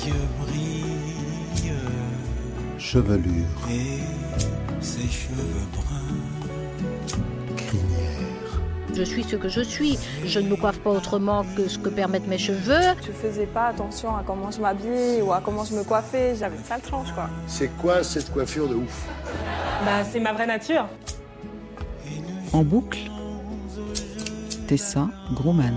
yeux brillent. Chevelure. Et ses cheveux bruns. Crinière. Je suis ce que je suis. Je ne me coiffe pas autrement que ce que permettent mes cheveux. Je faisais pas attention à comment je m'habillais ou à comment je me coiffais. J'avais une sale tranche, quoi. C'est quoi cette coiffure de ouf? Bah, c'est ma vraie nature. En boucle, Tessa Grauman.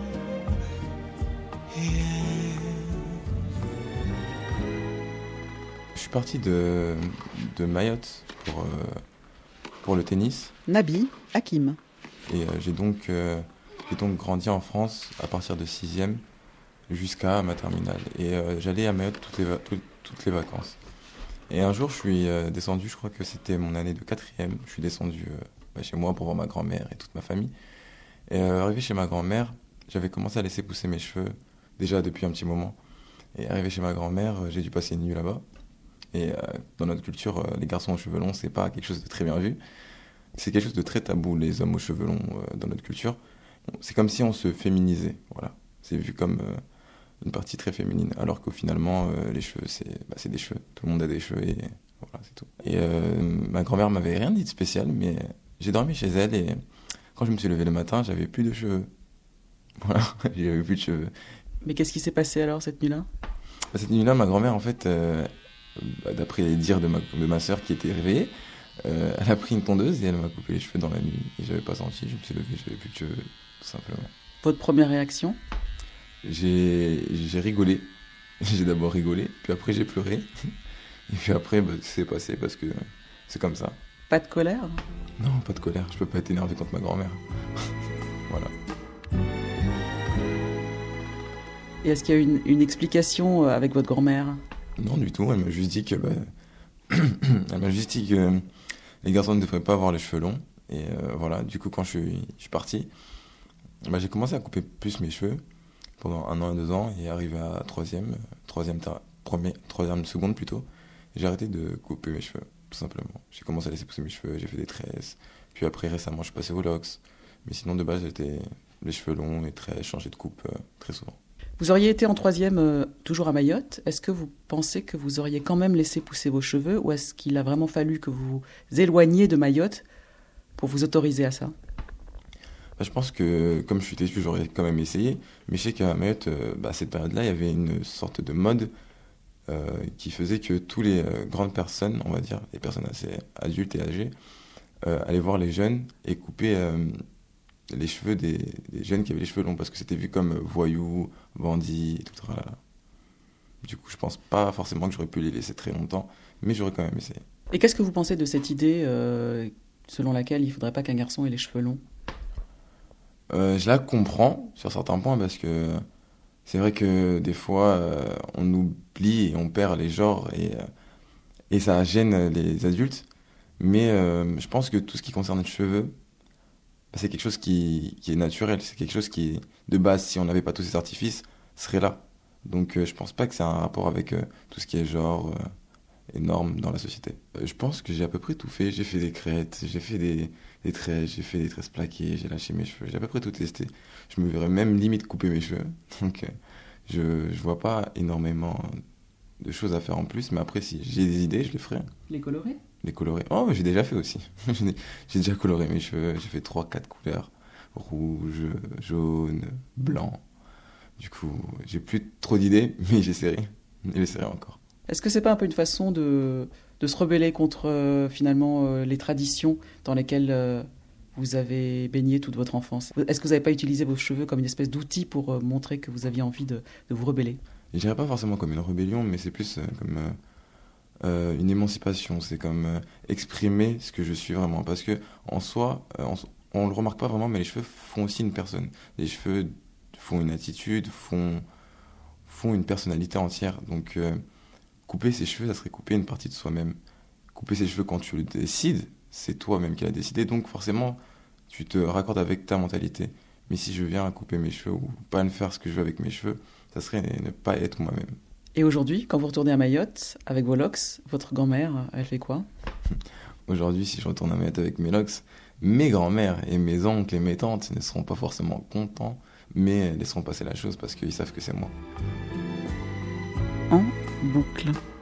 Je suis parti de Mayotte pour le tennis. Nabi Hakim. Et j'ai donc grandi en France à partir de 6e jusqu'à ma terminale. Et j'allais à Mayotte toutes les vacances. Et un jour, je suis descendu, je crois que c'était mon année de 4e. Je suis descendu chez moi pour voir ma grand-mère et toute ma famille. Et arrivé chez ma grand-mère, j'avais commencé à laisser pousser mes cheveux, déjà depuis un petit moment. Et arrivé chez ma grand-mère, j'ai dû passer une nuit là-bas. Et dans notre culture, les garçons aux cheveux longs, c'est pas quelque chose de très bien vu. C'est quelque chose de très tabou, les hommes aux cheveux longs dans notre culture. C'est comme si on se féminisait, voilà. C'est vu comme une partie très féminine, alors qu'au finalement, les cheveux, c'est des cheveux. Tout le monde a des cheveux et voilà, c'est tout. Et ma grand-mère m'avait rien dit de spécial, mais j'ai dormi chez elle et quand je me suis levé le matin, j'avais plus de cheveux. Voilà, j'avais plus de cheveux. Mais qu'est-ce qui s'est passé alors cette nuit-là ? Cette nuit-là, ma grand-mère, en fait, d'après les dires de ma sœur qui était réveillée, elle a pris une tondeuse et elle m'a coupé les cheveux dans la nuit. Et j'avais pas senti, je me suis levé, j'avais plus de cheveux, tout simplement. Votre première réaction ? J'ai rigolé. J'ai d'abord rigolé, puis après j'ai pleuré. Et puis après, c'est passé parce que c'est comme ça. Pas de colère ? Non, pas de colère, je peux pas être énervé contre ma grand-mère. Voilà. Et est-ce qu'il y a une explication avec votre grand-mère ? Non, du tout, elle m'a juste dit que les garçons ne devraient pas avoir les cheveux longs. Et voilà, du coup, quand je suis parti, j'ai commencé à couper plus mes cheveux pendant 1 an et 2 ans, et arrivé à troisième seconde plutôt, j'ai arrêté de couper mes cheveux, tout simplement. J'ai commencé à laisser pousser mes cheveux, j'ai fait des tresses, puis après récemment je suis passé au locks, mais sinon de base j'étais les cheveux longs et tresses, changé de coupe très souvent. Vous auriez été en 3e toujours à Mayotte, est-ce que vous pensez que vous auriez quand même laissé pousser vos cheveux, ou est-ce qu'il a vraiment fallu que vous vous éloigniez de Mayotte pour vous autoriser à ça ? Je pense que, comme je suis déçu, j'aurais quand même essayé. Mais je sais qu'à Mayotte, à cette période-là, il y avait une sorte de mode qui faisait que toutes les grandes personnes, on va dire, les personnes assez adultes et âgées, allaient voir les jeunes et couper les cheveux des jeunes qui avaient les cheveux longs, parce que c'était vu comme voyous, bandits, et tout. Là. Du coup, je pense pas forcément que j'aurais pu les laisser très longtemps, mais j'aurais quand même essayé. Et qu'est-ce que vous pensez de cette idée selon laquelle il ne faudrait pas qu'un garçon ait les cheveux longs ? Je la comprends sur certains points, parce que c'est vrai que des fois on oublie et on perd les genres et ça gêne les adultes, mais je pense que tout ce qui concerne les cheveux, c'est quelque chose qui est naturel, c'est quelque chose qui, de base, si on n'avait pas tous ces artifices, serait là. Donc je pense pas que c'est un rapport avec tout ce qui est genre et normes dans la société. Je pense que j'ai à peu près tout fait. J'ai fait des crêtes, j'ai fait des tresses, j'ai fait des tresses plaquées, j'ai lâché mes cheveux, j'ai à peu près tout testé. Je me verrais même limite couper mes cheveux. Donc je vois pas énormément de choses à faire en plus, mais après si j'ai des idées, je les ferai. Les colorer ? Les colorer. Oh, mais j'ai déjà fait aussi. J'ai déjà coloré mes cheveux, j'ai fait 3-4 couleurs. Rouge, jaune, blanc. Du coup, j'ai plus trop d'idées, mais j'essaierai encore. Est-ce que c'est pas un peu une façon de se rebeller contre finalement les traditions dans lesquelles vous avez baigné toute votre enfance ? Est-ce que vous n'avez pas utilisé vos cheveux comme une espèce d'outil pour montrer que vous aviez envie de vous rebeller ? Je dirais pas forcément comme une rébellion, mais c'est plus comme une émancipation. C'est comme exprimer ce que je suis vraiment. Parce que en soi, on le remarque pas vraiment, mais les cheveux font aussi une personne. Les cheveux font une attitude, font une personnalité entière. Donc couper ses cheveux, ça serait couper une partie de soi-même. Couper ses cheveux quand tu le décides, c'est toi-même qui l'as décidé, donc forcément, tu te raccordes avec ta mentalité. Mais si je viens à couper mes cheveux ou pas ne faire ce que je veux avec mes cheveux, ça serait ne pas être moi-même. Et aujourd'hui, quand vous retournez à Mayotte, avec vos locks, votre grand-mère, elle fait quoi ? Aujourd'hui, si je retourne à Mayotte avec mes locks, mes grands-mères et mes oncles et mes tantes ne seront pas forcément contents, mais laisseront passer la chose parce qu'ils savent que c'est moi. En boucle.